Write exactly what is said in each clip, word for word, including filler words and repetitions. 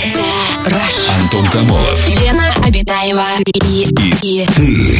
Это Rush. Антон Камолов. Лена Обитаева. И, и, и. Ты.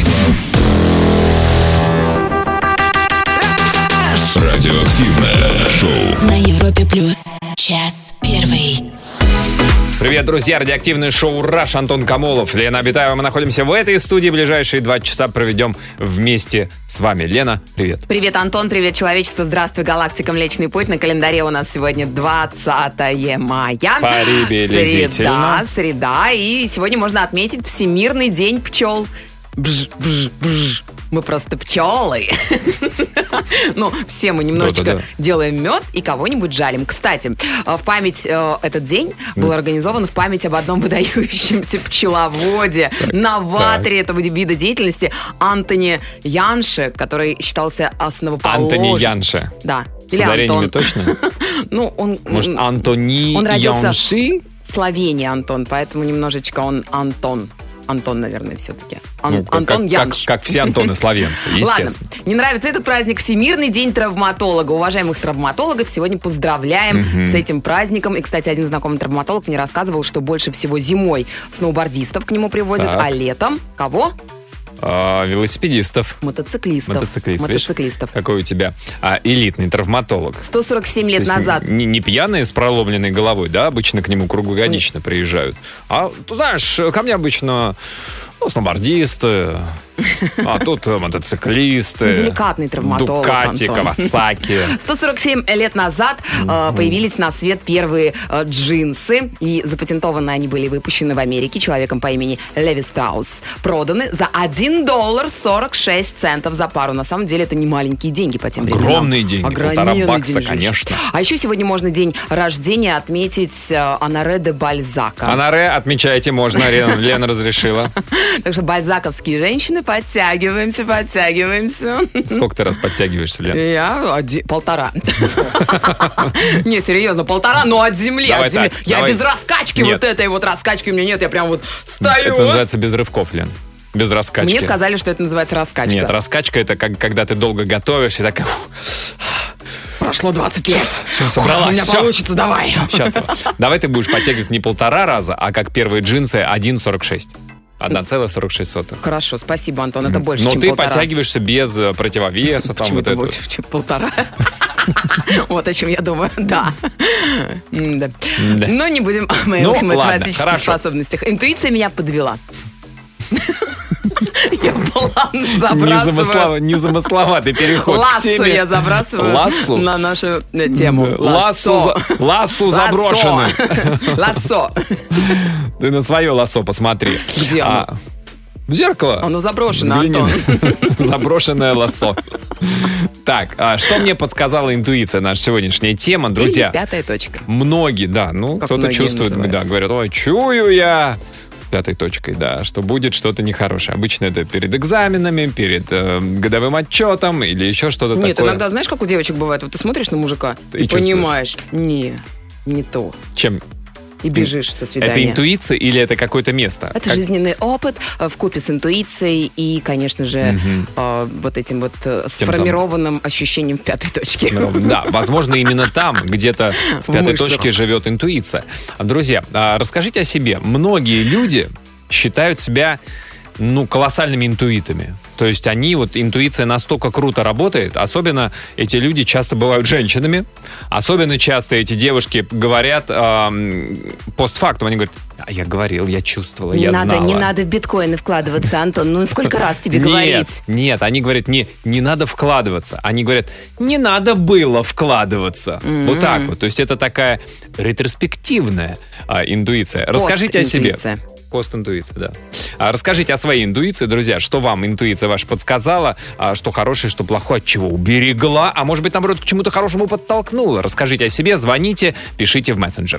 Радиоактивное шоу на Европе Плюс. Час первый. Привет, друзья! Радиоактивное шоу «Раш». Антон Камолов, Лена Обитаева. Мы находимся в этой студии. Ближайшие два часа проведем вместе с вами. Лена, привет. Привет, Антон. Привет, человечество. Здравствуй, галактика Млечный Путь. На календаре у нас сегодня двадцатое мая. Приблизительно. Среда, среда. И сегодня можно отметить Всемирный день пчел. Бж, бж, бж. Мы просто пчелы. Ну, все мы немножечко делаем мед и кого-нибудь жалим. Кстати, в память э, этот день был организован в память об одном выдающемся пчеловоде, новаторе этого вида деятельности Антони Янше, который считался основоположником. Антони Янше. Да. С ударениями точно? Ну, он... Может, Антони Он родился Янши? в Словении, Антон, поэтому немножечко он Антон. Антон, наверное, все-таки. Ан- Ну, как, Антон как, Янш. как, как все Антоны словенцы, естественно. Ладно, не нравится этот праздник. Всемирный день травматолога. Уважаемых травматологов сегодня поздравляем Мгм. с этим праздником. И, кстати, один знакомый травматолог мне рассказывал, что больше всего зимой сноубордистов к нему привозят, Так. а летом кого? А, велосипедистов. Мотоциклистов. Мотоциклист, видишь? Мотоциклистов. Какой у тебя а, элитный травматолог. сто сорок семь То лет есть назад. Не, не пьяные с проломленной головой, да, обычно к нему круглогодично приезжают. А, ты знаешь, ко мне обычно ну, сноубордисты, а тут мотоциклисты. Деликатный травматолог, Дукати, Антон. Кавасаки. сто сорок семь лет назад э, появились на свет первые э, джинсы, и запатентованы они были выпущены в Америке человеком по имени Леви Страус. Проданы за один доллар сорок шесть центов за пару. На самом деле это не маленькие деньги по тем временам. Огромные деньги, полтора Огроменные бакса, деньжищи. конечно. А еще сегодня можно день рождения отметить э, Оноре де Бальзака. Анаре отмечайте, можно, Лена, Лена разрешила. Так что бальзаковские женщины, подтягиваемся, подтягиваемся. Сколько ты раз подтягиваешься, Лена? Я оди- полтора. Не, серьезно, полтора, но от земли, Давай от земли. так, Я давай. без раскачки, Нет. вот этой вот раскачки у меня нет, я прям вот стою. Это называется без рывков, Лен. Без раскачки. Мне сказали, что это называется раскачка. Нет, раскачка это как, когда ты долго готовишься, и так... Прошло двадцать лет. Все, собралась. У меня всё. получится, давай. Сейчас. Давай ты будешь подтягиваться не полтора раза, а как первые джинсы один сорок шесть. один целых сорок шесть сотых. Хорошо, спасибо, Антон, это больше, Но чем ты полтора. подтягиваешься без э, противовеса, там Почему вот это это. больше, чем полтора? Вот о чем я думаю, да. М-да. Да. Но не будем о моих Ну, ладно, математических хорошо. способностях. Интуиция меня подвела. Я план Незамыслово- забрасываю. Незамысловатый переход к Лассо теме. я забрасываю Лассо? на нашу э, тему. Да. Лассо за- лассо заброшено. Лассо. Ты на свое лассо посмотри. Где А, оно? В зеркало. Оно заброшено, Взгляни. Антон. Заброшенное лассо. Так, а что мне подсказала интуиция, наша сегодняшняя тема, друзья? Или пятая точка. Многие, да, ну, Как кто-то многие чувствует, называют. да, говорят, ой, чую я, пятой точкой, да, что будет что-то нехорошее. Обычно это перед экзаменами, перед э, годовым отчетом или еще что-то Нет, такое. иногда знаешь, как у девочек бывает? Вот ты смотришь на мужика И и, чувствуешь. понимаешь, не, не то. Чем? И бежишь со Это свидания. интуиция или это какое-то место? Это Как- жизненный опыт э, вкупе с интуицией и, конечно же, Мгм. э, вот этим вот э, Тем сформированным ощущением в пятой точке. Ну, да, возможно, именно там, где-то в В пятой мышцах. точке живет интуиция. Друзья, а, расскажите о себе. Многие люди считают себя, ну, колоссальными интуитами. То есть они, вот интуиция настолько круто работает, особенно эти люди часто бывают женщинами, особенно часто эти девушки говорят эм, постфактум, они говорят, а я говорил, я чувствовала, Не я надо, знала. не надо в биткоины вкладываться, Антон. Ну, сколько раз тебе Нет, говорить? Нет, они говорят, не, не надо вкладываться. Они говорят, не надо было вкладываться. Вот так вот. То есть это такая ретроспективная а, интуиция. Расскажите о себе. Постинтуиция. Постинтуиция, да. А, расскажите о своей интуиции, друзья. Что вам интуиция ваша подсказала, а, что хорошее, что плохое, от чего уберегла, а может быть, наоборот, к чему-то хорошему подтолкнула. Расскажите о себе, звоните, пишите в мессенджер.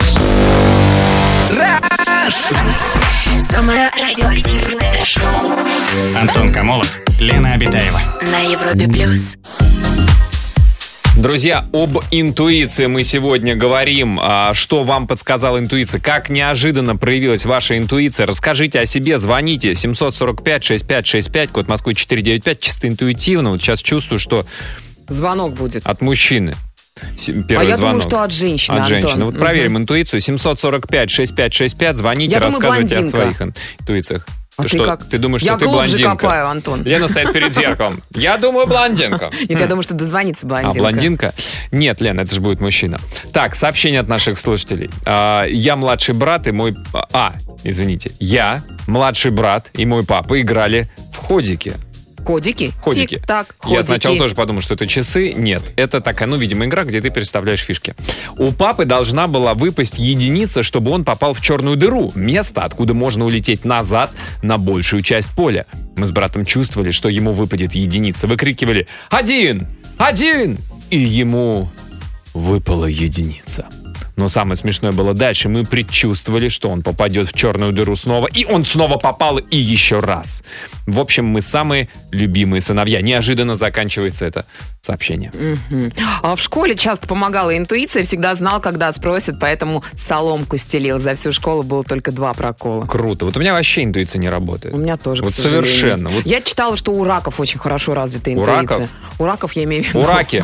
Самое радиоактивное шоу Антон Камолов, Лена Обитаева. на Европе Плюс. Друзья, об интуиции мы сегодня говорим. А, что вам подсказала интуиция? Как неожиданно проявилась ваша интуиция? Расскажите о себе, звоните. семь сорок пять шестьдесят пять шестьдесят пять, код Москвы четыреста девяносто пять. Чисто интуитивно. Вот сейчас чувствую, что Звонок будет. от мужчины. Первый а я звонок. думаю, что от женщины, От женщины. Антон. Вот угу. проверим интуицию. семьсот сорок пять шестьдесят пять шестьдесят пять. Звоните, я думаю, рассказывайте блондинка. о своих интуициях. А ты ты что, как? ты думаешь, я что ты глубже блондинка? копаю, Антон. Лена стоит перед зеркалом. Я думаю, блондинка. Нет, я думаю, что дозвонится блондинка. А, блондинка? Нет, Лена, это же будет мужчина. Так, сообщение от наших слушателей. А, я младший брат и мой... А, извините. Я, младший брат и мой папа играли в ходики. Ходики? Ходики. Тик-так, ходики. Я сначала тоже подумал, что это часы. Нет, это такая, ну, видимо, игра, где ты переставляешь фишки. У папы должна была выпасть единица, чтобы он попал в черную дыру. Место, откуда можно улететь назад на большую часть поля. Мы с братом чувствовали, что ему выпадет единица. Выкрикивали «Один! Один!» И ему выпала единица. Но самое смешное было дальше. Мы предчувствовали, что он попадет в черную дыру снова. И он снова попал, и еще раз. В общем, мы самые любимые сыновья. Неожиданно заканчивается это сообщение. Mm-hmm. А в школе часто помогала интуиция. Всегда знал, когда спросят, поэтому соломку стелил. За всю школу было только два прокола. Круто. Вот у меня вообще интуиция не работает. У меня тоже, вот к сожалению. Совершенно. Вот... Я читала, что у раков очень хорошо развита интуиция. У раков? У раков я имею в виду. У раки.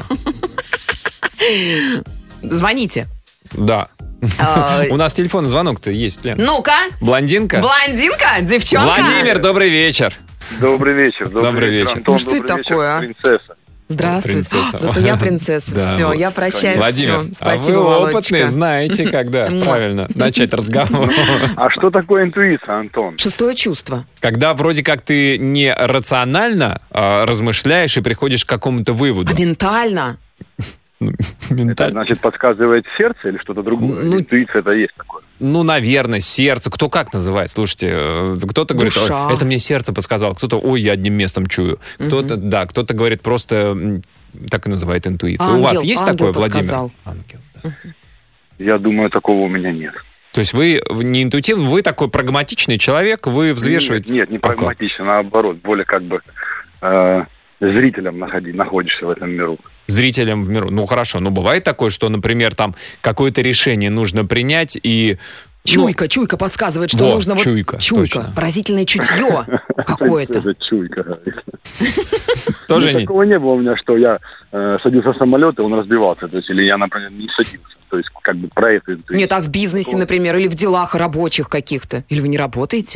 Звоните. Да. У нас телефонный звонок-то есть, Лен. Ну-ка. Блондинка? Блондинка, девчонка. Владимир, добрый вечер. Добрый вечер. Добрый, добрый вечер. вечер. Антон, ну что это такое, а? Принцесса. Здравствуйте. Принцесса. Зато я принцесса. Да, Все, вот. я прощаюсь. Владимир, Все. Спасибо, а вы Володечка. опытный, знаете, когда правильно начать разговор. А что такое интуиция, Антон? Шестое чувство. Когда вроде как ты не рационально а, размышляешь и приходишь к какому-то выводу. А ментально? Это значит подсказывает сердце или что-то другое? Ну, интуиция это есть такое? Ну, наверное, сердце. Кто как называет? Слушайте, кто-то говорит, Душа. это мне сердце подсказало. Кто-то, ой, я одним местом чую. Кто-то, угу. да, кто-то говорит просто, так и называет интуиция. Ангел, у вас есть ангел такое, подсказал. Владимир? Ангел, да. Угу. Я думаю, такого у меня нет. То есть вы не интуитивный, вы такой прагматичный человек, вы взвешиваете... Нет, нет не прагматично, наоборот, более как бы э, зрителем находи, находишься в этом миру. Зрителям в миру. Ну, хорошо, но бывает такое, что, например, там какое-то решение нужно принять и... Чуйка, ну, чуйка подсказывает, что во, нужно... чуйка, Вот, чуйка, точно. поразительное чутье какое-то. Это чуйка. Тоже не... Такого не было у меня, что я садился в самолет, и он разбивался. То есть, или я, например, не садился. То есть, как бы про это... Нет, а в бизнесе, например, или в делах рабочих каких-то? Или вы не работаете?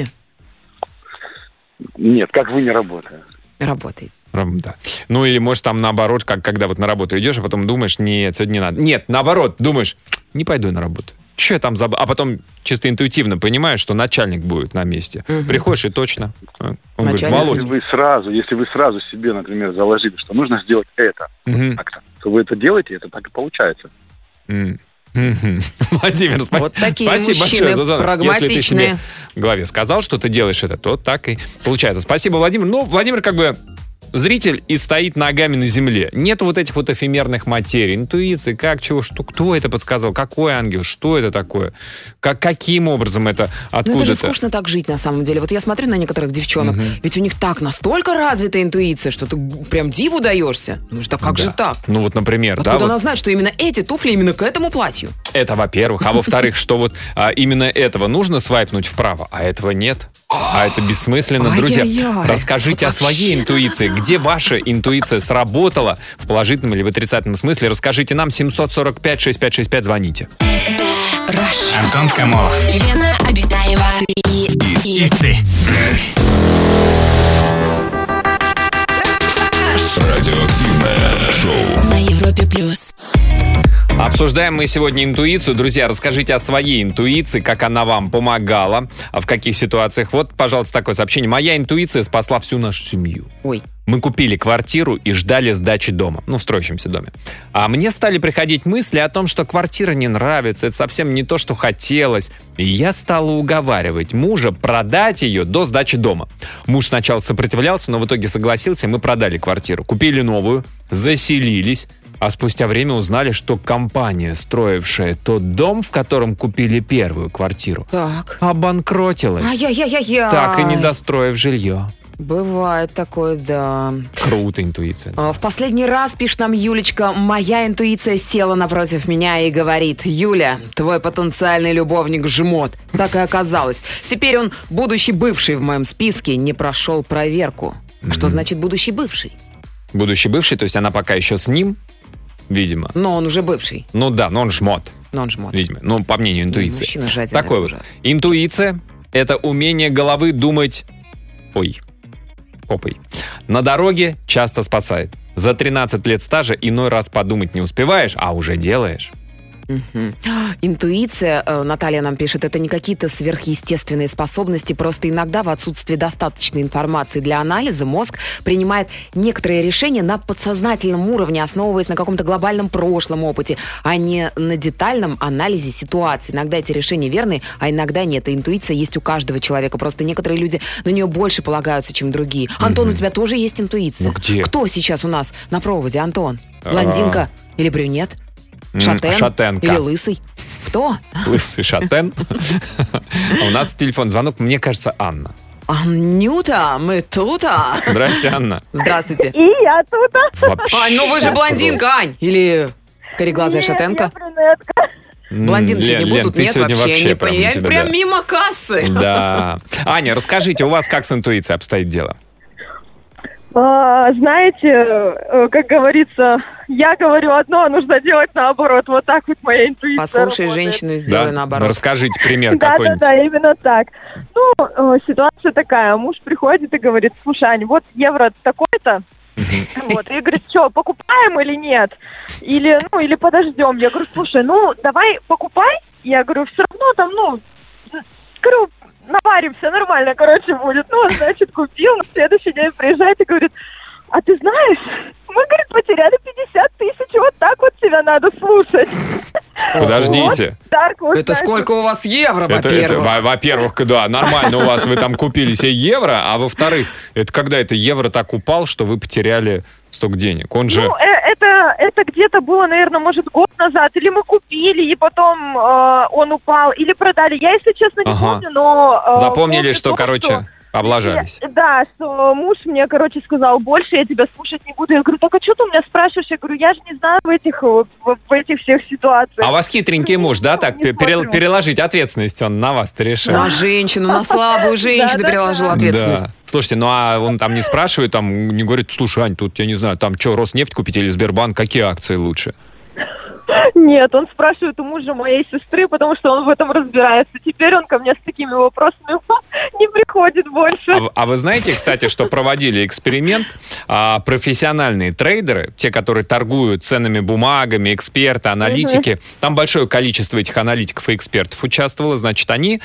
Нет, как вы не работаете. Работаете. Да. Ну, или, может, там наоборот, как когда вот на работу идешь, а потом думаешь, нет, сегодня не надо. Нет, наоборот, думаешь, не пойду на работу. Че я там забыл? А потом чисто интуитивно понимаешь, что начальник будет на месте. Угу. Приходишь и точно. Он начальник. говорит, Володь. Если вы сразу, если вы сразу себе, например, заложили, что нужно сделать это, угу. так-то, то вы это делаете, это так и получается. Mm. Владимир, спа- вот такие спасибо большое за звонок. прагматичные. Если ты себе в голове сказал, что ты делаешь это, то так и получается. Спасибо, Владимир. Ну, Владимир как бы зритель и стоит ногами на земле. Нет вот этих вот эфемерных материй, интуиции, как, чего, что, кто это подсказал, какой ангел, что это такое, как, каким образом это, откуда-то. Ну, это же скучно так жить, на самом деле. Вот я смотрю на некоторых девчонок, угу. ведь у них так настолько развита интуиция, что ты прям диву даешься. Думаешь, да как да. же так? Ну, вот, например, Откуда да. она вот... знает, что именно эти туфли именно к этому платью? Это, во-первых. А во-вторых, что вот а, именно этого нужно свайпнуть вправо, а этого нет. А это бессмысленно. Друзья, расскажите о своей интуиции. Где ваша интуиция сработала в положительном или в отрицательном смысле? Расскажите нам. семьсот сорок пять шестьдесят пять шестьдесят пять. Звоните. Антон Камолов. Лена Обитаева. И, и, и ты. Радиоактивное шоу на Европе плюс. Обсуждаем мы сегодня интуицию. Друзья, расскажите о своей интуиции, как она вам помогала, а в каких ситуациях. Вот, пожалуйста, такое сообщение. Моя интуиция спасла всю нашу семью. Ой. Мы купили квартиру и ждали сдачи дома. Ну, в строящемся доме. А мне стали приходить мысли о том, что квартира не нравится, это совсем не то, что хотелось. И я стала уговаривать мужа продать ее до сдачи дома. Муж сначала сопротивлялся, но в итоге согласился, и мы продали квартиру. Купили новую, заселились. А спустя время узнали, что компания, строившая тот дом, в котором купили первую квартиру, так. обанкротилась. Ай-яй-яй-яй. Так и не достроив жилье. Бывает такое, да. Круто интуиция. В последний раз, пишет нам Юлечка, моя интуиция села напротив меня и говорит: Юля, твой потенциальный любовник жмот. Так и оказалось. Теперь он, будущий бывший в моем списке, не прошел проверку. А mm-hmm. что значит будущий бывший? Будущий бывший, то есть она пока еще с ним? видимо. Но он уже бывший. Ну да, но он жмот. Но он жмот. Видимо. Ну, по мнению интуиции. Мужчина жаден, Такой вот. Интуиция — это умение головы думать... Ой. Попой. На дороге часто спасает. За тринадцать лет стажа иной раз подумать не успеваешь, а уже делаешь. Угу. Интуиция, Наталья нам пишет, это не какие-то сверхъестественные способности, просто иногда в отсутствии достаточной информации для анализа мозг принимает некоторые решения на подсознательном уровне, основываясь на каком-то глобальном прошлом опыте, а не на детальном анализе ситуации. Иногда эти решения верны, а иногда нет. И интуиция есть у каждого человека, просто некоторые люди на нее больше полагаются, чем другие. Угу. Антон, у тебя тоже есть интуиция? Ну, где? Кто сейчас у нас на проводе, Антон? Блондинка А-а-а. или брюнет? Шатен? Шатенка. Или лысый? Кто? Лысый шатен. А у нас телефон звонок, мне кажется, Анна. Анюта, мы тут. Здрасте, Анна. Здравствуйте. И я тут. Вообще. Ань, ну вы же блондинка, Ань. Или кореглазая шатенка? Блондин сегодня Лен, будут? ты Нет, сегодня вообще не прям, понимаю. тебя, Прям да. мимо кассы. Да. Аня, расскажите, у вас как с интуицией обстоит дело? А, знаете, как говорится, я говорю одно, а нужно делать наоборот. Вот так вот моя интуиция Послушай работает. женщину и сделай Да? наоборот. Расскажите пример Да, да, какой-нибудь. да, именно так. Ну, э, ситуация такая. Муж приходит и говорит: слушай, Ань, вот евро такой-то. Вот, и говорит: что, покупаем или нет? Или, ну, или подождем. Я говорю: слушай, ну, давай покупай. Я говорю: все равно там, ну, говорю, наваримся, нормально, короче, будет. Ну, он, значит, купил, на следующий день приезжает и говорит: а ты знаешь, мы, говорит, потеряли пятьдесят тысяч, вот так вот тебя надо слушать. Подождите. Вот так вот, Это знаешь, сколько у вас евро, Это, это, во-первых? во- во-первых, да, нормально у вас, вы там купили себе евро, а во-вторых, это когда это евро так упал, что вы потеряли столько денег? Он же... Ну, э- это, это где-то было, наверное, может, год назад. Или мы купили, и потом э, он упал, или продали. Я, если честно, не Ага. помню, но... э, Запомнили, помню что, то, короче, что- облажались. Я- да, что муж мне, короче, сказал: больше я тебя слушать не буду. Я говорю: так а что ты у меня спрашиваешь? Я говорю: я же не знаю в этих, в, в этих всех ситуациях. А у вас хитренький муж, да, так Не пере- смотрю. переложить ответственность он на вас-то решил? На женщину, на слабую женщину Да-да-да. переложил ответственность. Да. Слушайте, ну а он там не спрашивает, там не говорит: слушай, Ань, тут, я не знаю, там что, Роснефть купить или Сбербанк, какие акции лучше? Нет, он спрашивает у мужа моей сестры, потому что он в этом разбирается. Теперь он ко мне с такими вопросами не приходит больше. А, в- а вы знаете, кстати, что проводили эксперимент, а, профессиональные трейдеры, те, которые торгуют ценными бумагами, эксперты, аналитики, там большое количество этих аналитиков и экспертов участвовало, значит, они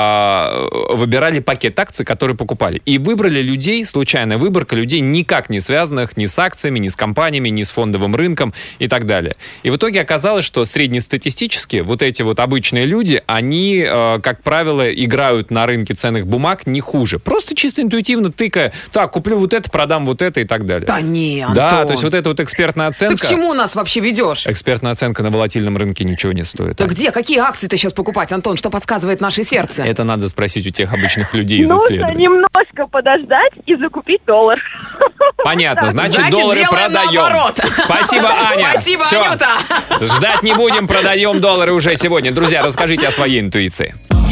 а, выбирали пакет акций, которые покупали. И выбрали людей, случайная выборка людей, никак не связанных ни с акциями, ни с компаниями, ни с фондовым рынком и так далее. И в итоге оказалось, что среднестатистически вот эти вот обычные люди, они, э, как правило, играют на рынке ценных бумаг не хуже. Просто чисто интуитивно тыкая: так, куплю вот это, продам вот это и так далее. Да не, Антон. Да, то есть вот эта вот экспертная Ты оценка... к чему нас вообще ведешь? Экспертная оценка на волатильном рынке ничего не стоит. Да Ань. где? Какие акции ты сейчас покупать, Антон? Что подсказывает наше сердце? Это надо спросить у тех обычных людей из Нужно исследований. немножко подождать и закупить доллар. Понятно, значит, Значит, доллары делаем продаем. наоборот. Спасибо, Аня. Спасибо, Всё. Анюта. Ждать не будем, продаем доллары уже сегодня. Друзья, расскажите о своей интуиции.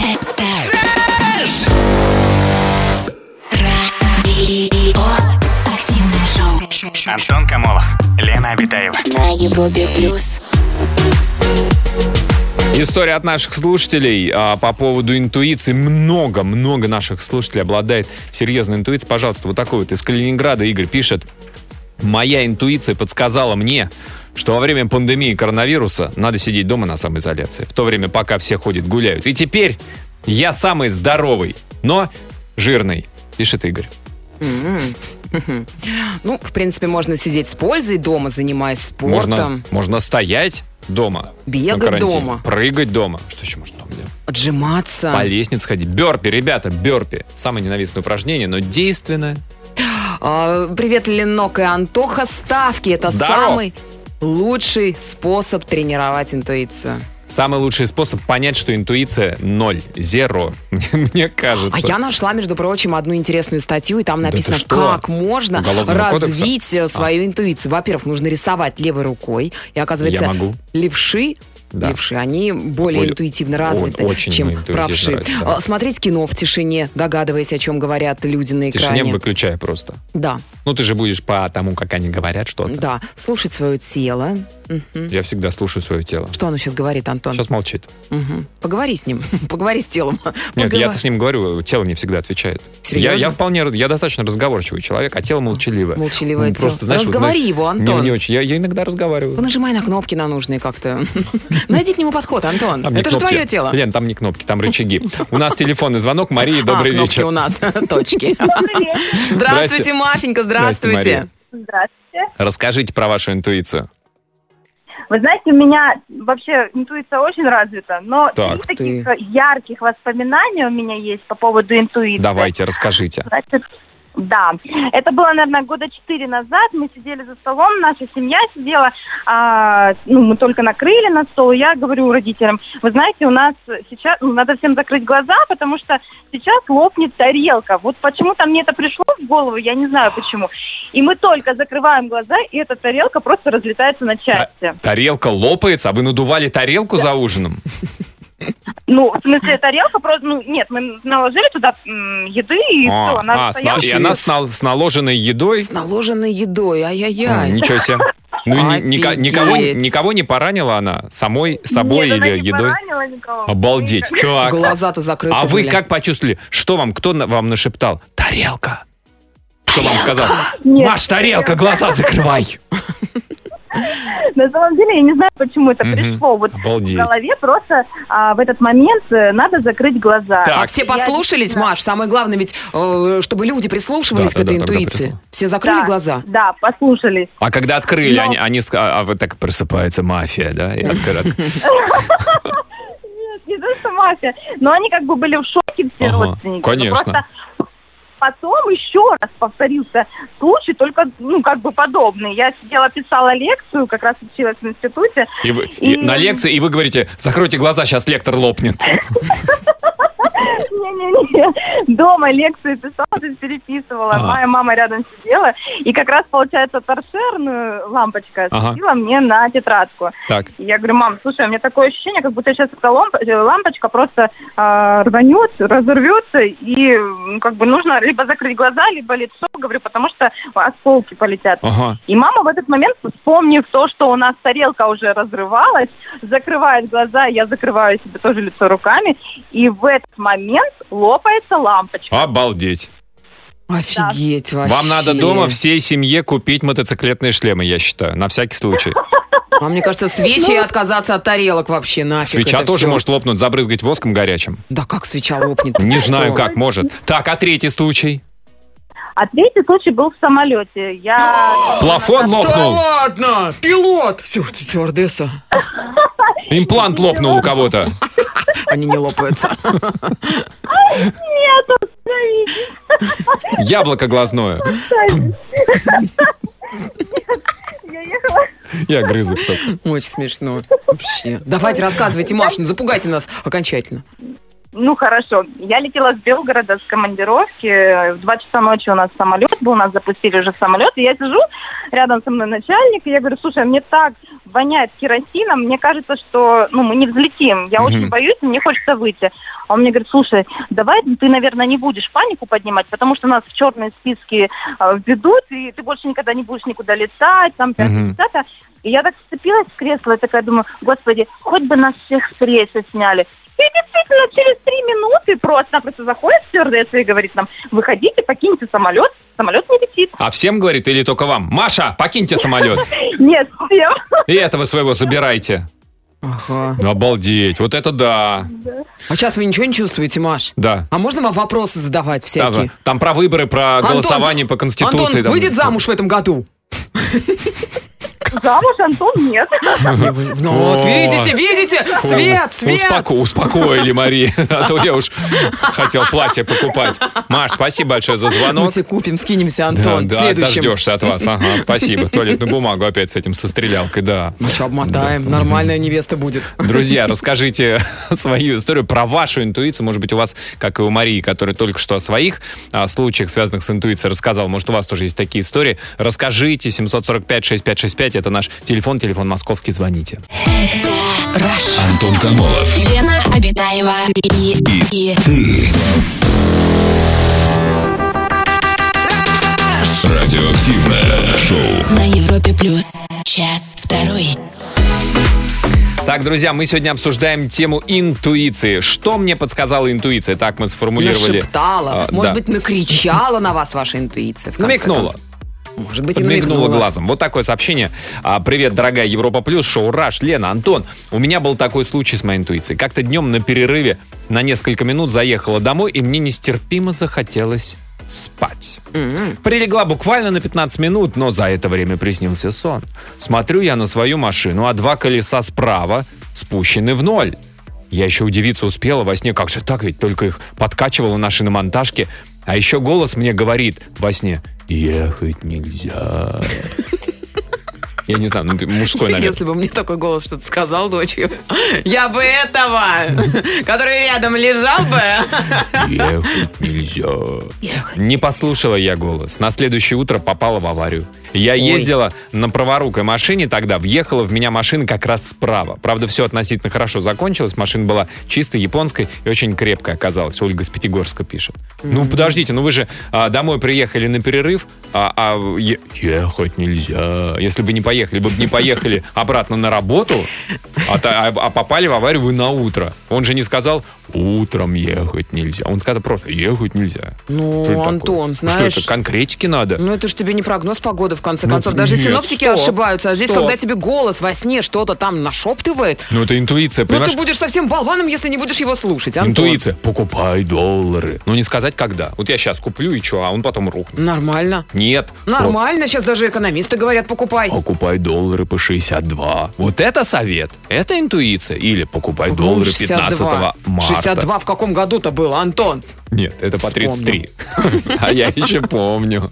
Радио. Активное шоу. Антон Камолов, Лена Обитаева. На Европе плюс. История от наших слушателей а, по поводу интуиции. Много-много наших слушателей обладает серьезной интуицией. Пожалуйста, вот такой вот из Калининграда Игорь пишет: моя интуиция подсказала мне, что во время пандемии коронавируса надо сидеть дома на самоизоляции, в то время, пока все ходят, гуляют. И теперь я самый здоровый, но жирный, пишет Игорь. Ну, в принципе, можно сидеть с пользой дома, занимаясь спортом. Можно, можно стоять дома. Бегать на карантине, дома. Прыгать дома. Что еще можно там делать? Отжиматься. По лестнице ходить. Бёрпи, ребята, бёрпи. Самое ненавистное упражнение, но действенное. А, привет, Ленок и Антоха. Ставки – это Здорово. самый лучший способ тренировать интуицию. Самый лучший способ понять, что интуиция ноль, зеро, мне кажется. А я нашла, между прочим, одну интересную статью, и там Да ты написано, что? как можно Уголовного развить свою интуицию. Во-первых, нужно рисовать левой рукой. И оказывается, Я могу. левши да. левши, они более Более- интуитивно развиты, О- очень чем интуитивно правши. развиты, да. А, Смотреть кино в тишине, догадываясь, о чем говорят люди на В тишине экране. выключай просто. Да, Ну, ты же будешь по тому, как они говорят что-то. да. Слушать свое тело. Мгм. Я всегда слушаю свое тело. Что оно сейчас говорит, Антон? Сейчас молчит. Мгм. Поговори с ним, поговори с телом. Нет, Поговор- я-то с ним говорю, тело не всегда отвечает. Серьезно? Я, я вполне, я достаточно разговорчивый человек, а тело молчаливое. Молчаливое Ну, тело. вот Разговори мы- его, Не, Антон. не очень. Я, я иногда разговариваю. Понажимай на кнопки на нужные как-то. Найди к нему подход, Антон. Там не Это же кнопки. твое тело. Лен, там не кнопки, там рычаги. У нас телефонный звонок. Мария, добрый а, кнопки вечер. у нас, точки. Здравствуйте, Здрасте. Машенька, Здрасте, здравствуйте. Здравствуйте. Расскажите про вашу интуицию. Вы знаете, у меня вообще интуиция очень развита, но Так. три таких ярких воспоминания у меня есть по поводу интуиции. Давайте, расскажите. Значит, да, это было, наверное, года четыре назад. Мы сидели за столом, наша семья сидела, а, ну, мы только накрыли на стол. И я говорю родителям, вы знаете, у нас сейчас, ну, надо всем закрыть глаза, потому что сейчас лопнет тарелка. Вот почему-то мне это пришло в голову, я не знаю почему. И мы только закрываем глаза, и эта тарелка просто разлетается на части. Тарелка лопается, а вы надували тарелку за ужином? Ну, в смысле, тарелка просто, ну, нет, мы наложили туда м, еды, и А, все, она а, с стояла. на- и она с, нал- с наложенной едой? С наложенной едой, А, ай-яй-яй. ничего себе. Ну, и ни- ника- никого, Офигеть. никого не поранила она? Самой собой Нет, она или не едой? поранила никого. Обалдеть. Так. Глаза-то закрыты А вы были. как почувствовали? Что вам, кто на- вам нашептал? Тарелка. Кто вам сказал? Нет. Маш, тарелка, глаза закрывай. На самом деле, я не знаю, почему это Мгм. пришло. Вот Обалдеть. в голове просто а, в этот момент э, надо закрыть глаза. Так. А все Я послушались, действительно- Маш? Самое главное ведь, э, чтобы люди прислушивались Да, к да, этой да, тогда интуиции. прислу- Все закрыли Да, глаза? Да, послушались. А когда открыли, Но- они, они ска- а вы так просыпается мафия, да? И откры- Нет, не то, что мафия. Но они как бы были в шоке, все Ага, родственники. Но конечно. Просто потом еще раз повторился случай, только, ну, как бы подобный. Я сидела, писала лекцию, как раз училась в институте. И вы- и И- на лекции, и вы говорите, закройте глаза, сейчас лектор лопнет. Не-не-не, дома лекции писала, то есть переписывала. Ага. Моя мама рядом сидела, и как раз, получается, торшерную лампочка Ага. светила мне на тетрадку. Так. И я говорю, мам, слушай, у меня такое ощущение, как будто сейчас эта ламп- э, лампочка просто а, рванет, разорвется, и м, как бы нужно либо закрыть глаза, либо лицо, говорю, потому что осколки полетят. Ага. И мама в этот момент, вспомнив то, что у нас тарелка уже разрывалась, закрывает глаза, я закрываю себе тоже лицо руками, и в этот момент лопается лампочка. Обалдеть. Офигеть вообще. Вам надо дома всей семье купить мотоциклетные шлемы, я считаю, на всякий случай. А мне кажется, свечи и отказаться от тарелок вообще нафиг. Свеча это тоже всё. может лопнуть, забрызгать воском горячим. Да как свеча лопнет? Не Что? знаю, как может. Так, а третий случай? А третий случай был в самолете. Я... Плафон Да лопнул. ладно! Пилот! Стю- Стюардесса. Имплант лопнул у кого-то. Они не лопаются. Нет, остановитесь. Яблоко глазное. Я ехала... Я грызок только. Очень смешно. Вообще. Давайте рассказывайте, Маш, не запугайте нас окончательно. Ну, хорошо. Я летела с Белгорода с командировки. В два часа ночи у нас самолет был, нас запустили уже в самолет. И я сижу, рядом со мной начальник, и я говорю, слушай, мне так воняет керосином, мне кажется, что ну, мы не взлетим. Я Мгм. очень боюсь, мне хочется выйти. А он мне говорит, слушай, давай ты, наверное, не будешь панику поднимать, потому что нас в черные списки э, введут, и ты больше никогда не будешь никуда летать, там, Мгм. пятое-десятое. И я так вцепилась в кресло, и такая думаю, господи, хоть бы нас всех с рейса сняли. И действительно, через три минуты просто-напросто заходит стюардесса и говорит нам, выходите, покиньте самолет, самолет не летит. А всем говорит или только вам? Маша, покиньте самолет. Нет, всем. И этого своего забирайте. Ага. Обалдеть, вот это да. А сейчас вы ничего не чувствуете, Маш? Да. А можно вам вопросы задавать Там, всякие? там про выборы, про Антон, голосование по Конституции. Антон там. выйдет замуж в этом году? Замуж Антон нет. Ну вот, видите, видите, свет, свет. Успоко- успокоили, Мария. А то я уж хотел платье покупать. Маш, спасибо большое за Мы звонок. тебе купим, скинемся, Да, Антон, в да, следующем. дождешься от вас. Ага, спасибо. Туалетную бумагу опять с этим, со стрелялкой, да. Ну что, обмотаем, нормальная невеста будет. Друзья, расскажите свою историю про вашу интуицию. Может быть, у вас, как и у Марии, которая только что о своих а, случаях, связанных с интуицией, рассказала. Может, у вас тоже есть такие истории. Расскажите. семь сорок пять шестьдесят пять шестьдесят пять. Это наш телефон, телефон московский, звоните. Антон Камолов. Лена Обитаева и, и, и. Ты. Радиоактивное шоу. На Европе плюс. Час второй. Так, друзья, мы сегодня обсуждаем тему интуиции. Что мне подсказала интуиция? Так мы сформулировали. Нашептала, а, может да. быть, накричала на вас ваша интуиция. в конце Намекнула. концов. Может быть, и Подмигнула намекнула. глазом. Вот такое сообщение. А, Привет, дорогая Европа Плюс, шоу «Раш». Лена, Антон, у меня был такой случай с моей интуицией. Как-то днем на перерыве на несколько минут заехала домой, и мне нестерпимо захотелось спать. М-м. Прилегла буквально на пятнадцать минут, но за это время приснился сон. Смотрю я на свою машину, а два колеса справа спущены в ноль. Я еще удивиться успела во сне, как же так, ведь только их подкачивала на шиномонтажке. А еще голос мне говорит во сне: ехать нельзя. Я не знаю, ну, мужской, наверное. Если бы мне такой голос что-то сказал ночью, я бы этого, который рядом лежал бы. Ехать нельзя. Не послушала я голос. На следующее утро попала в аварию. Я Ой. ездила на праворукой машине тогда, въехала в меня машина как раз справа. Правда, все относительно хорошо закончилось. Машина была чистой, японской и очень крепкая оказалась. Ольга с Пятигорска пишет. Mm-hmm. Ну, подождите, ну вы же а, домой приехали на перерыв, а, а е- ехать нельзя. Если бы не поехали, бы не поехали обратно на работу, а, а, а попали в аварию вы на утро. Он же не сказал, утром ехать нельзя. Он сказал просто, ехать нельзя. Ну, Что это Антон, такое? знаешь... Что это, конкретики надо? Ну, это же тебе не прогноз погоды, в конце Ну, концов. Даже нет, синоптики стоп, ошибаются. А здесь, стоп. когда тебе голос во сне что-то там нашептывает, Ну, это интуиция, ну, понимаешь? ты будешь совсем болваном, если не будешь его слушать, Антон. Интуиция. Покупай доллары. Ну, не сказать когда. Вот я сейчас куплю, и что, а он потом рухнет. Нормально. Нет. Нормально. Сейчас даже экономисты говорят, покупай. Вот, покупай доллары по шестьдесят два. Вот это совет. Это интуиция. Или покупай доллары пятнадцатого марта. шестьдесят два в каком году-то было, Антон? Нет, это по Вспомнил. тридцать три. А я еще помню.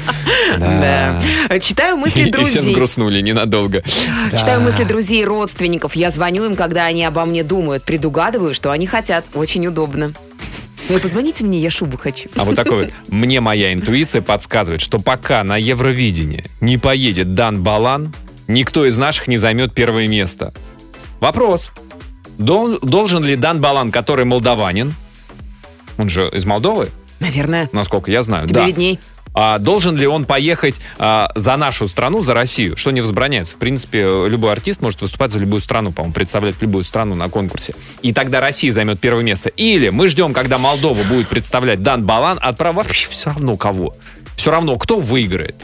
Да. Читаю мысли И все друзей. сгрустнули ненадолго. Читаю Да. мысли друзей и родственников. Я звоню им, когда они обо мне думают. Предугадываю, что они хотят. Очень удобно. Вы позвоните мне, я шубу хочу. А вот такой вот. Мне моя интуиция подсказывает, что пока на Евровидении не поедет Дан Балан, никто из наших не займет первое место. Вопрос. Дол- Должен ли Дан Балан, который молдаванин, он же из Молдовы, Наверное. насколько я знаю, Тебе да. видней. А должен ли он поехать а, за нашу страну, за Россию? Что не возбраняется. В принципе, любой артист может выступать за любую страну, по-моему, представлять любую страну на конкурсе. И тогда Россия займет первое место. Или мы ждем, когда Молдова будет представлять Дан Балан, отправ вообще все равно кого. Все равно, кто выиграет.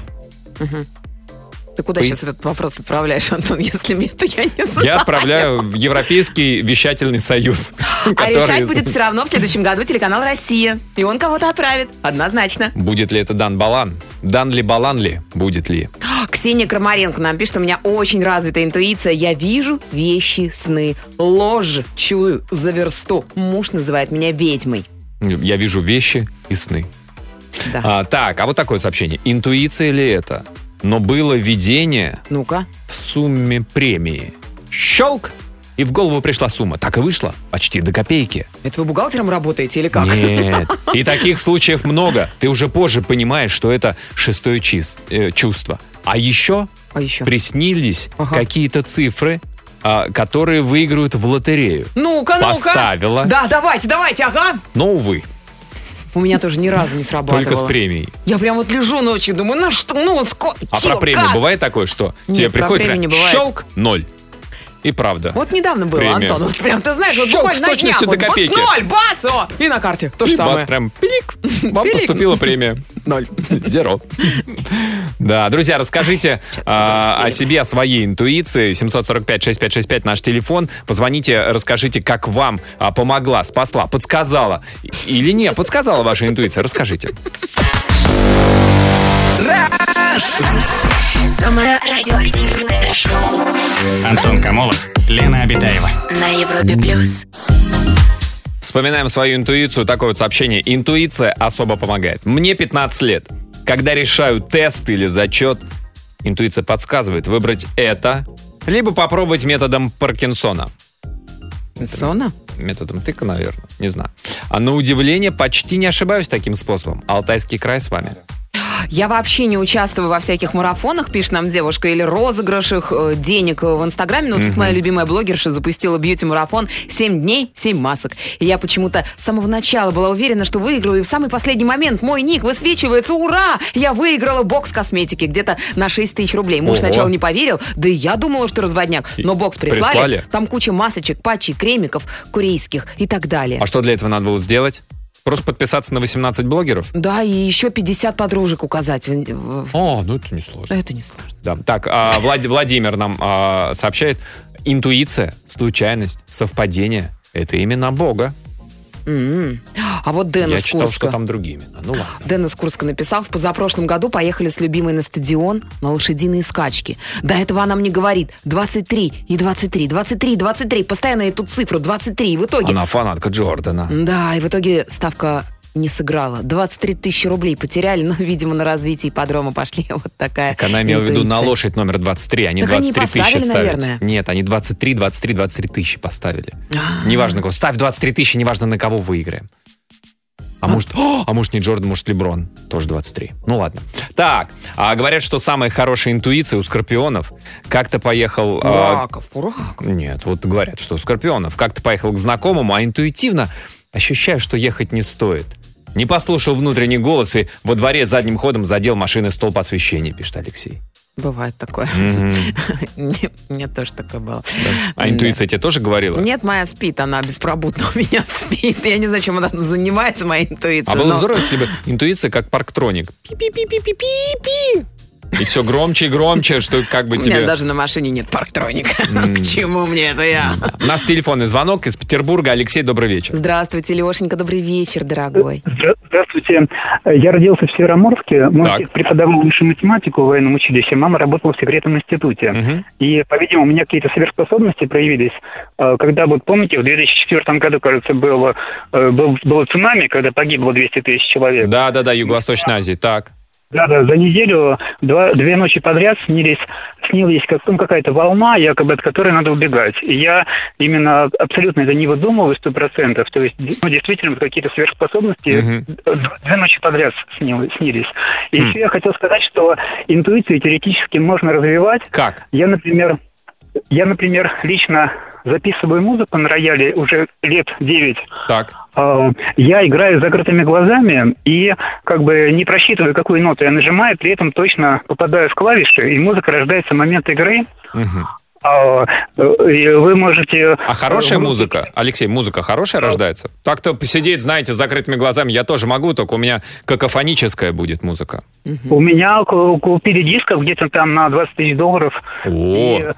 Ты куда Вы- сейчас этот вопрос отправляешь, Антон? Если мне, то я не знаю. Я отправляю в Европейский вещательный союз. А который- решать будет все равно в следующем году телеканал «Россия». И он кого-то отправит. Однозначно. Будет ли это Дан Балан? Дан ли Балан ли? Будет ли? Ксения Крамаренко нам пишет, у меня очень развитая интуиция. Я вижу вещи, сны. Ложь чую за версту. Муж называет меня ведьмой. Я вижу вещи и сны. Да. А, так, а вот такое сообщение. Интуиция ли это? Но было видение Ну-ка. в сумме премии. Щелк! И в голову пришла сумма. Так и вышло. Почти до копейки. Это вы бухгалтером работаете или как? Нет. И таких случаев много. Ты уже позже понимаешь, что это шестое чис- э, чувство. А еще А еще? приснились Ага. какие-то цифры, а, которые выиграют в лотерею. Ну-ка, ну-ка. Поставила. Да, давайте, давайте, ага. Но, увы, У меня тоже ни разу не срабатывало. только с премией. Я прям вот лежу ночью, думаю, на что, ну, сколько, А про премию бывает такое, что Нет, тебе про приходит премию не прям бывает. щелк, ноль. И правда. Вот недавно было, Премия. Антон, вот прям, ты знаешь, вот Щелк буквально с на точностью днях, до вот, копейки. вот ноль, бац, о, и на карте то же И бац, самое. прям пилик. Вам Пилик. поступила премия. Ноль. Зеро. Да, друзья, расскажите а, о себе, о своей интуиции. семь четыре пять шесть пять шесть пять наш телефон. Позвоните, расскажите, как вам а, помогла, спасла, подсказала. Или не, подсказала ваша интуиция. Расскажите. Самое радиоактивное шоу Антон Камолов, Лена Обитаева. на Европе плюс. Вспоминаем свою интуицию. Такое вот сообщение. Интуиция особо помогает. Мне пятнадцать лет. Когда решаю тест или зачет, интуиция подсказывает выбрать это, либо попробовать методом Паркинсона. Сона? Методом тыка, наверное. Не знаю. А на удивление почти не ошибаюсь таким способом. Алтайский край с вами. Я вообще не участвую во всяких марафонах, пишет нам девушка, или розыгрышах э, денег в Инстаграме. Но mm-hmm. тут моя любимая блогерша запустила бьюти-марафон семь дней, семь масок. И я почему-то с самого начала была уверена, что выиграю. И в самый последний момент мой ник высвечивается. Ура! Я выиграла бокс косметики где-то на шесть тысяч рублей. Муж Ого. сначала не поверил. Да и я думала, что разводняк. Но бокс прислали. прислали. Там куча масочек, патчей, кремиков корейских и так далее. А что для этого надо было сделать? Просто подписаться на восемнадцать блогеров? Да, и еще пятьдесят подружек указать. О, ну это не сложно. Это не сложно. Да. Так, а, Влад, Владимир нам а, сообщает, интуиция, случайность, совпадение – это имена Бога. Mm-hmm. А вот Дэн из Курска. Я читал, что там другие имена. Ну ладно. Дэн из Курска написал, в позапрошлом году поехали с любимой на стадион на лошадиные скачки. До этого она мне говорит двадцать три и двадцать три, двадцать три, двадцать три. Постоянно эту цифру двадцать три. И в итоге... Она фанатка Джордана. Да, и в итоге ставка не сыграла. двадцать три тысячи рублей потеряли, но, видимо, на развитие ипподрома пошли. Вот такая Так она имела в виду на лошадь номер двадцать три, они так двадцать три тысячи ставят. Наверное. Нет, они двадцать три, двадцать три, двадцать три тысячи поставили. А-а-а. Неважно кого. Ставь двадцать три тысячи, неважно на кого выиграем. А, а? может, о, а может не Джордан, может Леброн. Тоже двадцать три. Ну ладно. Так, а говорят, что самая хорошая интуиция у скорпионов. Как-то поехал... У раков, а... у раков. Нет, вот говорят, что у скорпионов. Как-то поехал к знакомому, а интуитивно ощущаю, что ехать не стоит. Не послушал внутренний голос и во дворе задним ходом задел машины столб освещения, пишет Алексей. Бывает такое. Мне тоже такое было. А интуиция тебе тоже говорила? Нет, моя спит, она беспробудно у меня спит. Я не знаю, чем она занимается, моя интуиция. А было здорово, если бы интуиция как парктроник. Пи-пи-пи-пи-пи-пи-пи. И все громче и громче, что как бы тебе... У меня даже на машине нет парктроника. Mm. К чему мне это я? У нас телефонный звонок из Петербурга. Алексей, добрый вечер. Здравствуйте, Лешенька, добрый вечер, дорогой. Здравствуйте. Я родился в Североморске. Мой отец преподавал высшую математику в военном училище. Мама работала в секретном институте. Uh-huh. И, по-видимому, у меня какие-то сверхспособности проявились. Когда, вот помните, в две тысячи четвёртом году, кажется, было, был, было цунами, когда погибло двести тысяч человек. Да-да-да, Юго-Восточной Азии, так. Да-да, за неделю два, две ночи подряд снились, снилась как, ну, какая-то волна, якобы от которой надо убегать. И я именно абсолютно это не выдумываю сто процентов. То есть, ну, действительно, какие-то сверхспособности uh-huh. две ночи подряд снились. снились. И uh-huh. еще я хотел сказать, что интуицию теоретически можно развивать. Как? Я, например... Я, например, лично записываю музыку на рояле уже лет девять. Так. Я играю с закрытыми глазами и как бы не просчитываю, какую ноту я нажимаю, при этом точно попадаю в клавиши, и музыка рождается в момент игры. Угу. Вы можете... А хорошая музыка? Алексей, музыка хорошая рождается? Так-то посидеть, знаете, с закрытыми глазами я тоже могу, только у меня какофоническая будет музыка. Угу. У меня купили дисков где-то там на двадцать тысяч долларов. О!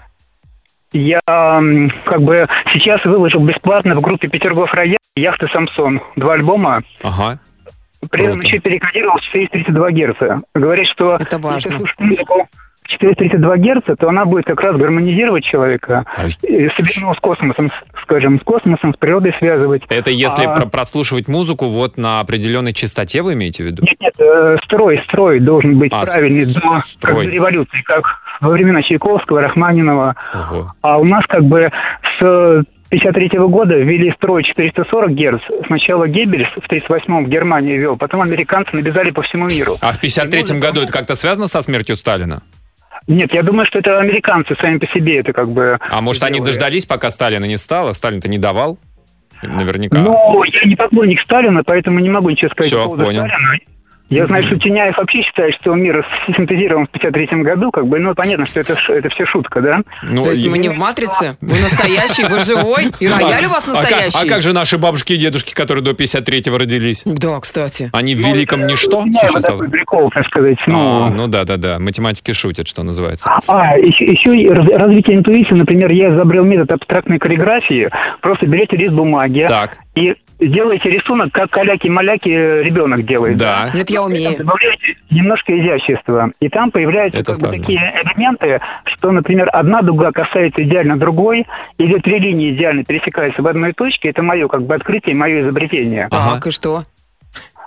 Я как бы сейчас выложил бесплатно в группе Петергоф Рояль «Яхты Самсон». Два альбома. Ага. При этом еще перекодировал в четыреста тридцать два герца. Говорит, что это важно. Если слушать музыку четыреста тридцать два герца, то она будет как раз гармонизировать человека, а... соединенного с космосом, скажем, с космосом, с природой связывать. Это если а... прослушивать музыку вот на определенной частоте, вы имеете в виду? Нет, нет, строй, строй должен быть а, правильный с... до как бы, революции, как во времена Чайковского, Рахманинова. Ого. А у нас как бы с пятьдесят третьего года ввели строй четыреста сорок герц. Сначала Геббельс в тридцать восьмом в Германии вел, потом американцы навязали по всему миру. А в пятьдесят третьем году это как-то связано со смертью Сталина? Нет, я думаю, что это американцы сами по себе это как бы... А может, сделали. Они дождались, пока Сталина не стало? Сталин-то не давал? Наверняка. Ну, я не поклонник Сталина, поэтому не могу ничего сказать Все, по поводу понял. Сталина. Я знаю, что Тюняев вообще считает, что мир синтезирован в пятьдесят третьем году, как бы, ну, понятно, что это, это все шутка, да? Ну, то есть и... мы не в «Матрице»? Вы настоящий, вы живой? И рояль у вас настоящий? А как, а как же наши бабушки и дедушки, которые до пятьдесят третьего родились? Да, кстати. Они в великом ну, ничто существовали? Прикол, так сказать. Ну, а, ну да, да, да. Математики шутят, что называется. А, еще, еще развитие интуиции, например, я изобрел метод абстрактной каллиграфии. Просто берете лист бумаги так. и делаете рисунок, как каляки-маляки ребенок делает. Да. Нет, я умею. Добавляете немножко изящества. И там появляются как бы, такие элементы, что, например, одна дуга касается идеально другой, или три линии идеально пересекаются в одной точке. Это мое как бы открытие, мое изобретение. Так, ага. И что?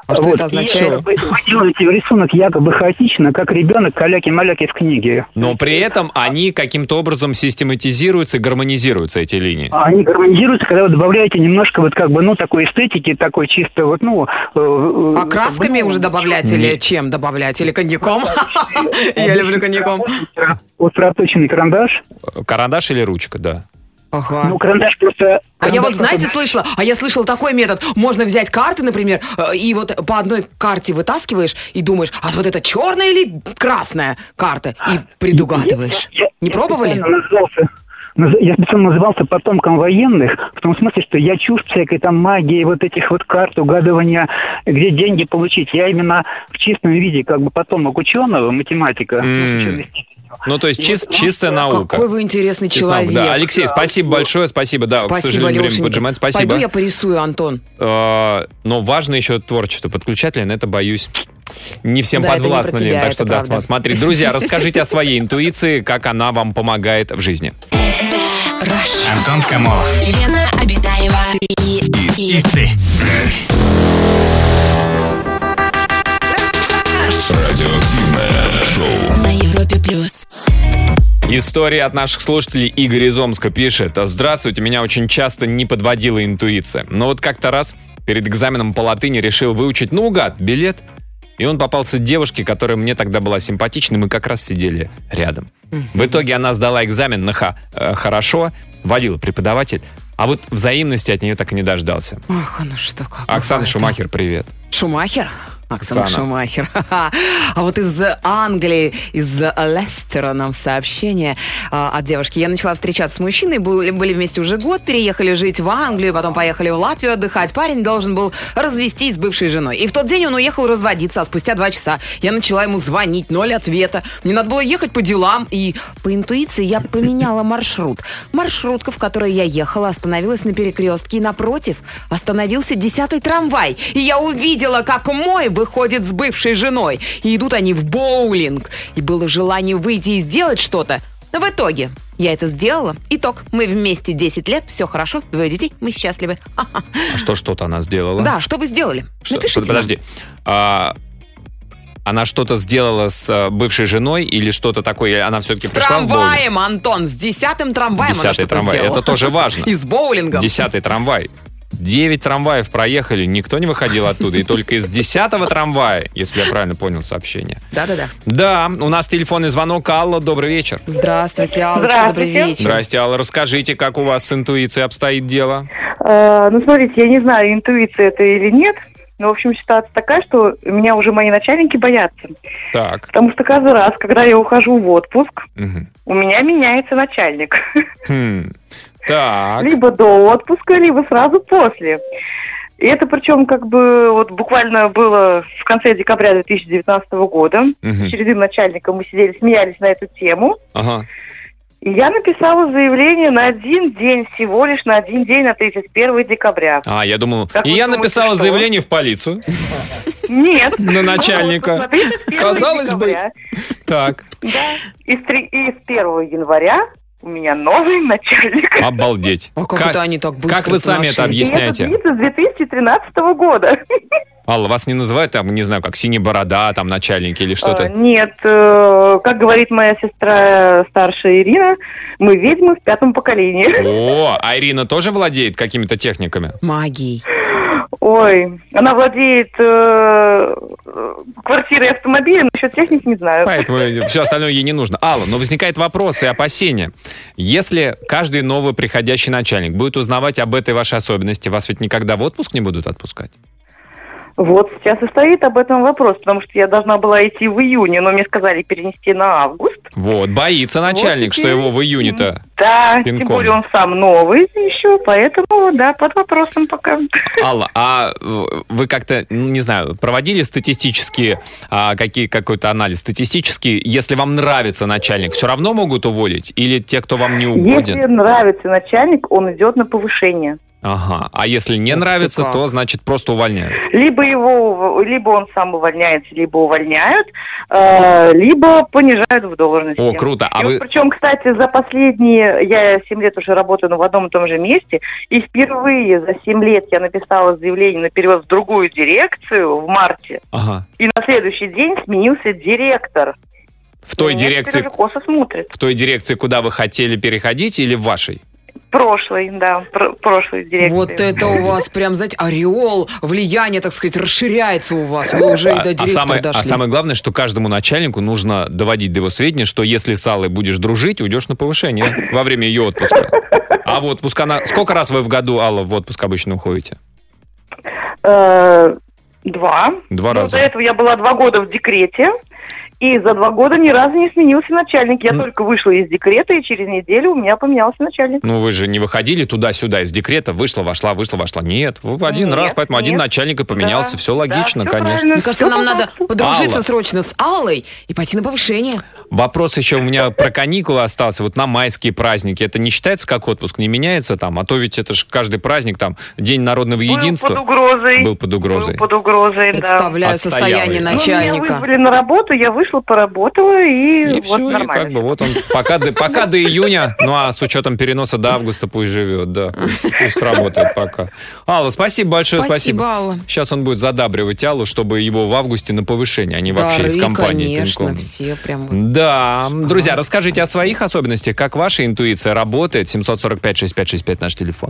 А что Вот, это означает? и вы делаете рисунок якобы хаотично, как ребенок каляки-маляки в книге. Но при этом они каким-то образом систематизируются и гармонизируются, эти линии. А они гармонизируются, когда вы добавляете немножко вот как бы, ну, такой эстетики, такой чисто вот, ну... э, А красками как бы, ну, уже добавлять или чем добавлять? Или коньяком? Я люблю коньяком. Вот проточенный карандаш. Карандаш или ручка, да. Ага. Ну, карандаш просто... А я вот, карандаш знаете, просто- слышала, а я слышала такой метод. Можно взять карты, например, э, и вот по одной карте вытаскиваешь и думаешь, а вот это черная или красная карта? И предугадываешь. Я- я- Не я пробовали? специально назывался- наз- Я специально назывался потомком военных, в том смысле, что я чушь всякой там магии, вот этих вот карт, угадывания, где деньги получить. Я именно в чистом виде, как бы потомок ученого, математика. М. ученый степень. Ну, то есть И чис- вот- чистая наука. Какой вы интересный Чистая наука, человек. Да. Алексей, спасибо большое, спасибо. Да, к Спасибо, сожалению, время Лешенька. поджимает. Спасибо. Пойду я порисую, Антон. Э, Но важно еще творчество подключать, Лен, это, боюсь, не всем Да, это не подвластно, про Лен. тебя, Так это что, да, правда. смотри. Друзья, расскажите о своей интуиции, как она вам помогает в жизни. Антон Камолов. Лена Обитаева и, и, И ты. Радиоактивное шоу. на Европе плюс. История от наших слушателей. Игорь из Омска пишет. Здравствуйте, меня очень часто не подводила интуиция. Но вот как-то раз перед экзаменом по латыни решил выучить наугад билет. И он попался девушке, которая мне тогда была симпатичной. Мы как раз сидели рядом. В итоге она сдала экзамен на ха- э, хорошо, водила преподаватель. А вот взаимности от нее так и не дождался. Ах, ну что, как Оксана бывает, а? Шумахер, привет. Шумахер? Оксана Оксана. Шумахер. Ха-ха. А вот из Англии, из Лестера нам сообщение а, от девушки. Я начала встречаться с мужчиной, были, были вместе уже год, переехали жить в Англию, потом поехали в Латвию отдыхать. Парень должен был развестись с бывшей женой. И в тот день он уехал разводиться, а спустя два часа я начала ему звонить, ноль ответа. Мне надо было ехать по делам, и по интуиции я поменяла маршрут. Маршрутка, в которой я ехала, остановилась на перекрестке, и напротив остановился десятый трамвай. И я увидела, как мой выходит с бывшей женой. И идут они в боулинг. И было желание выйти и сделать что-то. Но в итоге я это сделала. Итог. Мы вместе десять лет, все хорошо, двое детей, мы счастливы. Ха-ха. А что что-то она сделала? Да, что вы сделали? Что- Напишите нам. Подожди. А, она что-то сделала с э, бывшей женой или что-то такое? Она все-таки С пришла в боулинг? трамваем, Антон, с десятым трамваем она Десятый что-то трамвай. сделала. Это тоже важно. И с боулингом. Десятый трамвай. Девять трамваев проехали, никто не выходил оттуда. И только из десятого трамвая, если я правильно понял сообщение. Да-да-да. Да, у нас телефонный звонок. Алла, добрый вечер. Здравствуйте, Аллочка, добрый Здравствуйте. вечер. Здрасте, Алла. Расскажите, как у вас с интуицией обстоит дело? Э, ну, смотрите, я не знаю, интуиция это или нет, но, в общем, ситуация такая, что меня уже мои начальники боятся. Так. Потому что каждый раз, когда я ухожу в отпуск, Мгм. у меня меняется начальник. Хм. Так. Либо до отпуска, либо сразу после. И это причем как бы вот буквально было в конце декабря две тысячи девятнадцатого года. Мгм. С очередным начальником мы сидели, смеялись на эту тему. Ага. И я написала заявление на один день, всего лишь на один день, на тридцать первого декабря. А, я думал... Как И вы я думаете, написала что? заявление в полицию. Нет. На начальника. Вот, на тридцать первого Казалось бы. декабря. Так. Да. И с, три- и с первого января у меня новый начальник. Обалдеть. А как это они так быстро Как вы сами это нашли? И это объясняете? длится с две тысячи тринадцатого года. Алла, вас не называют там, не знаю, как синий борода, там начальники или А, что-то? Нет, э, как говорит моя сестра старшая Ирина, мы ведьмы в пятом поколении. О, а Ирина тоже владеет какими-то техниками? Магией. Ой, она владеет э, э, квартирой и автомобилем, насчет техники не знаю. Поэтому все остальное ей не нужно. Алла, но возникает вопрос и опасения. Если каждый новый приходящий начальник будет узнавать об этой вашей особенности, вас ведь никогда в отпуск не будут отпускать? Вот сейчас и стоит об этом вопрос, потому что я должна была идти в июне, но мне сказали перенести на август. Вот, боится начальник, что теперь- его в июне-то. Да, Пинком. тем более он сам новый еще, поэтому, да, под вопросом пока. Алла, а вы как-то, ну, не знаю, проводили статистические, а, какие, какой-то анализ статистический, если вам нравится начальник, все равно могут уволить? Или те, кто вам не Если угоден? нравится начальник, он идет на повышение. Ага. А если не Ух нравится, ты как. то, значит, просто увольняют. Либо его, либо он сам увольняется, либо увольняют, э, либо понижают в должности. О, круто. А И вы... вот причем, кстати, за последние, я семь лет уже работаю ну, в одном и том же месте, и впервые за семь лет я написала заявление на перевод в другую дирекцию в марте, Ага. и на следующий день сменился директор. В той Меня дирекции... теперь уже косо смотрит. В той дирекции, куда вы хотели переходить, или в вашей? Прошлый, да, пр- прошлой дирекции. Вот это у вас прям, знаете, ореол, влияние, так сказать, расширяется у вас. Вы уже и А, до а директора самое, дошли. а самое главное, что каждому начальнику нужно доводить до его сведения, что если с Аллой будешь дружить, уйдешь на повышение во время ее отпуска. А в отпуск она... Сколько раз вы в году, Алла, в отпуск обычно уходите? Э, Два. Два Ну, раза. До этого я была два года в декрете. И за два года ни разу не сменился начальник. Я Ну. только вышла из декрета, и через неделю у меня поменялся начальник. Ну, вы же не выходили туда-сюда из декрета, вышла, вошла, вышла, вошла. Нет, вы один Нет, раз, поэтому один нет. начальник и поменялся. Да, все логично, да, всё конечно. правильно. Мне кажется, Всё, нам надо пожалуйста. подружиться Алла. срочно с Аллой и пойти на повышение. Вопрос еще у меня про каникулы остался. Вот на майские праздники. Это не считается как отпуск? Не меняется там? А то ведь это же каждый праздник, там, День народного Был единства. под угрозой. Был под угрозой. Был под угрозой, да. Представляю Отстоял состояние ее. Ну, начальника. меня вызвали на работу, я вышла, поработала, и, И вот все, и нормально. как бы вот он пока до, пока до июня, ну а с учетом переноса до августа пусть живет, да. Пусть работает пока. Алла, спасибо большое, Спасибо, спасибо. Алла. Сейчас он будет задабривать Аллу, чтобы его в августе на повышение, а не вообще Дары, из компании. конечно, пинком. все прям... вот. Да, друзья, расскажите о своих особенностях, как ваша интуиция работает. семьсот сорок пять шестьдесят пять шестьдесят пять наш телефон.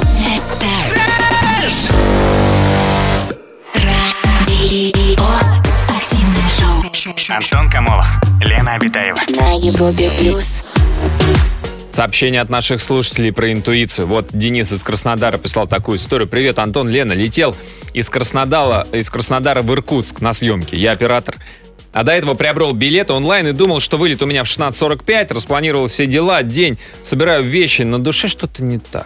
Радио. Активное шоу. Антон Камолов, Лена Обитаева. На Европе плюс. Сообщение от наших слушателей про интуицию. Вот Денис из Краснодара прислал такую историю. Привет, Антон, Лена. Летел из Краснодара, из Краснодара в Иркутск на съемки. Я оператор. А до этого приобрел билет онлайн и думал, что вылет у меня в шестнадцать сорок пять. Распланировал все дела, день. Собираю вещи. На душе что-то не так.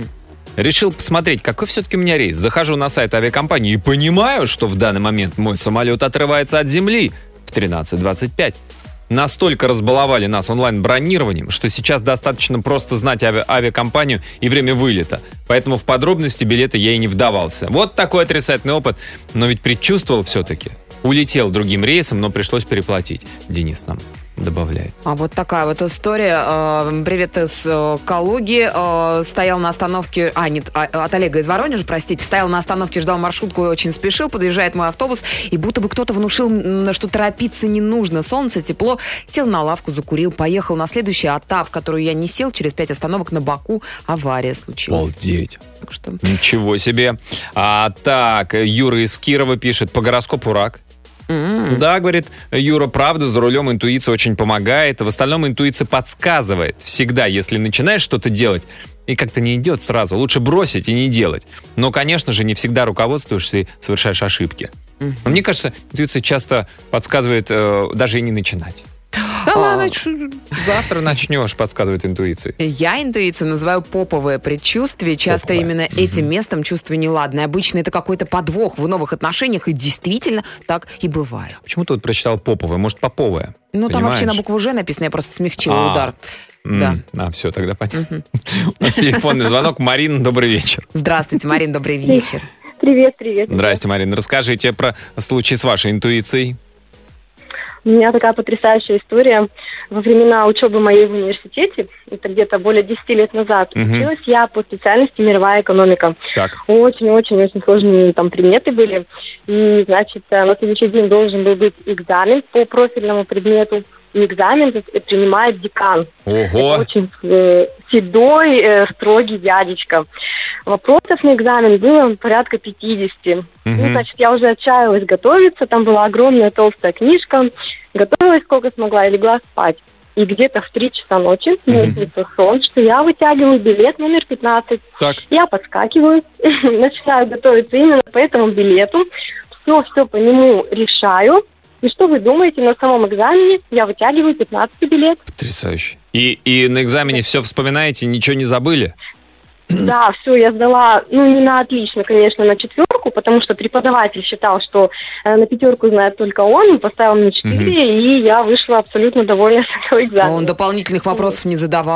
Решил посмотреть, какой все-таки у меня рейс. Захожу на сайт авиакомпании и понимаю, что в данный момент мой самолет отрывается от земли в тринадцать двадцать пять. Настолько разбаловали нас онлайн-бронированием, что сейчас достаточно просто знать ави- авиакомпанию и время вылета. Поэтому в подробности билета я и не вдавался. Вот такой отрицательный опыт. Но ведь предчувствовал все-таки. Улетел другим рейсом, но пришлось переплатить. Денис нам добавляет. А вот такая вот история. Э, Привет из э, Калуги. Э, Стоял на остановке... А, нет, а, от Олега из Воронежа, простите. Стоял на остановке, ждал маршрутку и очень спешил. Подъезжает мой автобус, и будто бы кто-то внушил, м, что торопиться не нужно. Солнце, тепло. Сел на лавку, закурил, поехал на следующий, а та, в которую я не сел, через пять остановок на боку авария случилась. Балдеть. Так что... Ничего себе. А, так, Юра из Кирова пишет, по гороскопу рак. М-м. Да, говорит Юра, правда, за рулем интуиция очень помогает. В остальном интуиция подсказывает. Всегда, если начинаешь что-то делать, и как-то не идет сразу, лучше бросить и не делать. Но, конечно же, не всегда руководствуешься и совершаешь ошибки. Мгм. Но мне кажется, интуиция часто подсказывает э, даже и не начинать. Да А. ладно, чё, завтра начнешь, подсказывает интуиция. Я интуицию называю поповое предчувствие. Часто Поповое. именно этим местом чувствую неладное. Обычно это какой-то подвох в новых отношениях, и действительно так и бывает. Почему ты вот прочитал поповое? Может, поповое? Ну, там вообще на Понимаешь? букву «Ж» написано, я просто смягчила А. удар. М, Да. А, все, тогда понятно. У нас телефонный звонок. Марина, добрый вечер. Здравствуйте, Марин, добрый вечер. Привет, привет. Здрасте, Марина. Расскажите про случай с вашей интуицией. У меня такая потрясающая история. Во времена учебы моей в университете, это где-то более десять лет назад, Мгм. училась я по специальности мировая экономика. Так. Очень-очень-очень сложные там предметы были. И, значит, э, на следующий день должен был быть экзамен по профильному предмету. И экзамен э, принимает декан. Ого. Это очень э, седой, э, строгий дядечка. Вопросов на экзамен было порядка пятьдесят. Мгм. Ну, значит, я уже отчаялась готовиться. Там была огромная толстая книжка. Готовилась сколько смогла и легла спать. И где-то в три часа ночи мне Мгм. снится сон, что я вытягиваю билет номер пятнадцать. Так. Я подскакиваю, начинаю готовиться именно по этому билету. Все-все по нему решаю. И что вы думаете, на самом экзамене я вытягиваю пятнадцатый билет. Потрясающе. И, и на экзамене все вспоминаете, ничего не забыли? Да, все, я сдала, ну, не на отлично, конечно, на четверку, потому что преподаватель считал, что э, на пятерку знает только он, поставил мне четыре, и я вышла абсолютно довольна с этого А экзамена. он дополнительных вопросов не задавал?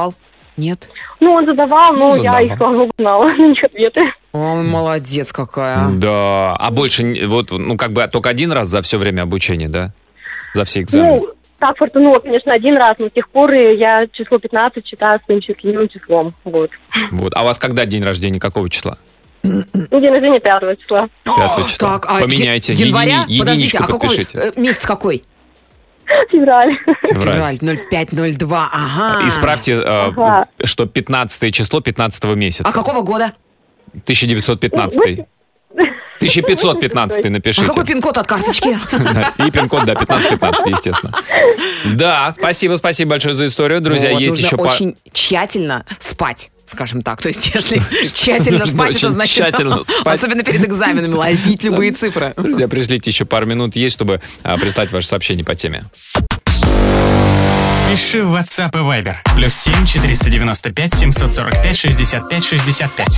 Нет? Ну, он задавал, но Задавал. я их, слава богу, знала на них ответы. О, молодец какая. Да, а больше, не- вот, ну, как бы только один раз за все время обучения, да? За все экзамены? Ну, так фортануло, конечно, один раз, но с тех пор я число пятнадцать считаю своим счастливым числом. Вот. Вот. А у вас когда день рождения, какого числа? Ну, день рождения пятого числа. Пятого числа. Так, а Поменяйте, я- января? едини- Подождите, единичку а какой подпишите. э, месяц какой? Февраль. Февраль. Февраль, ноль пять ноль два, ага. Исправьте, э, Ага. что пятнадцатое число пятнадцатого месяца. А какого года? тысяча девятьсот пятнадцатый. тысяча пятьсот пятнадцатый А напишите. какой пин-код от карточки? Да, и пин-код, да, пятнадцать пятнадцать, естественно. Да, спасибо, спасибо большое за историю. Друзья, Вот, есть нужно еще пар- очень тщательно спать, скажем так. То есть, если тщательно Нужно спать, очень это значит, тщательно спать. особенно перед экзаменами, ловить любые цифры. Друзья, пришлите еще пару минут есть, чтобы а, прислать ваше сообщение по теме. Пиши в WhatsApp и Viber. Плюс семь четыреста девяносто пять семьсот сорок пять шестьдесят пять шестьдесят пять.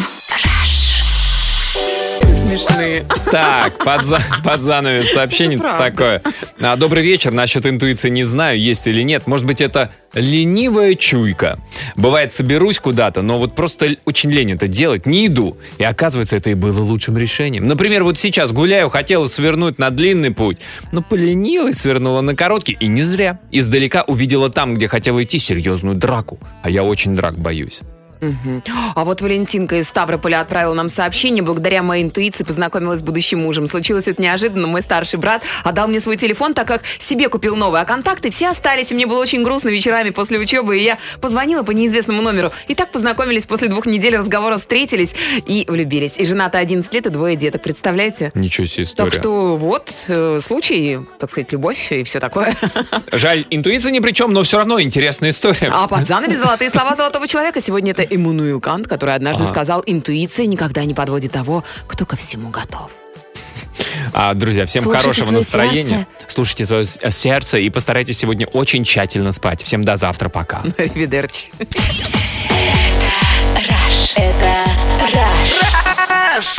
Смешные. Так, под, за- под занавес сообщение Правда. такое. А, Добрый вечер. Насчет интуиции не знаю, есть или нет. Может быть, это ленивая чуйка. Бывает, соберусь куда-то, но вот просто л- очень лень это делать, не иду. И оказывается, это и было лучшим решением. Например, вот сейчас гуляю, хотела свернуть на длинный путь, но поленилась, свернула на короткий, и не зря. Издалека увидела там, где хотела идти, серьезную драку. А я очень драк боюсь. Мгм. А вот Валентинка из Ставрополя отправила нам сообщение. Благодаря моей интуиции познакомилась с будущим мужем. Случилось это неожиданно. Мой старший брат отдал мне свой телефон, так как себе купил новый. А контакты все остались. И мне было очень грустно вечерами после учебы. И я позвонила по неизвестному номеру. И так познакомились. После двух недель разговора встретились и влюбились. И жена-то одиннадцать лет и двое деток. Представляете? Ничего себе история. Так что вот э, случай, так сказать, любовь и все такое. Жаль, интуиция ни при чем, но все равно интересная история. А под занавес золотые слова золотого человека. Сегодня это Иммануил Кант, который однажды Ага. сказал: интуиция никогда не подводит того, кто ко всему готов. А, друзья, всем Слушайте хорошего свое настроения. Слушайте свое с- сердце и постарайтесь сегодня очень тщательно спать. Всем до завтра, пока. Ривидерчи. Раш. Это Раш.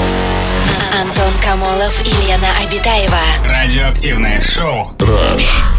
Антон Камолов и Лена Обитаева. Радиоактивное шоу. Rush.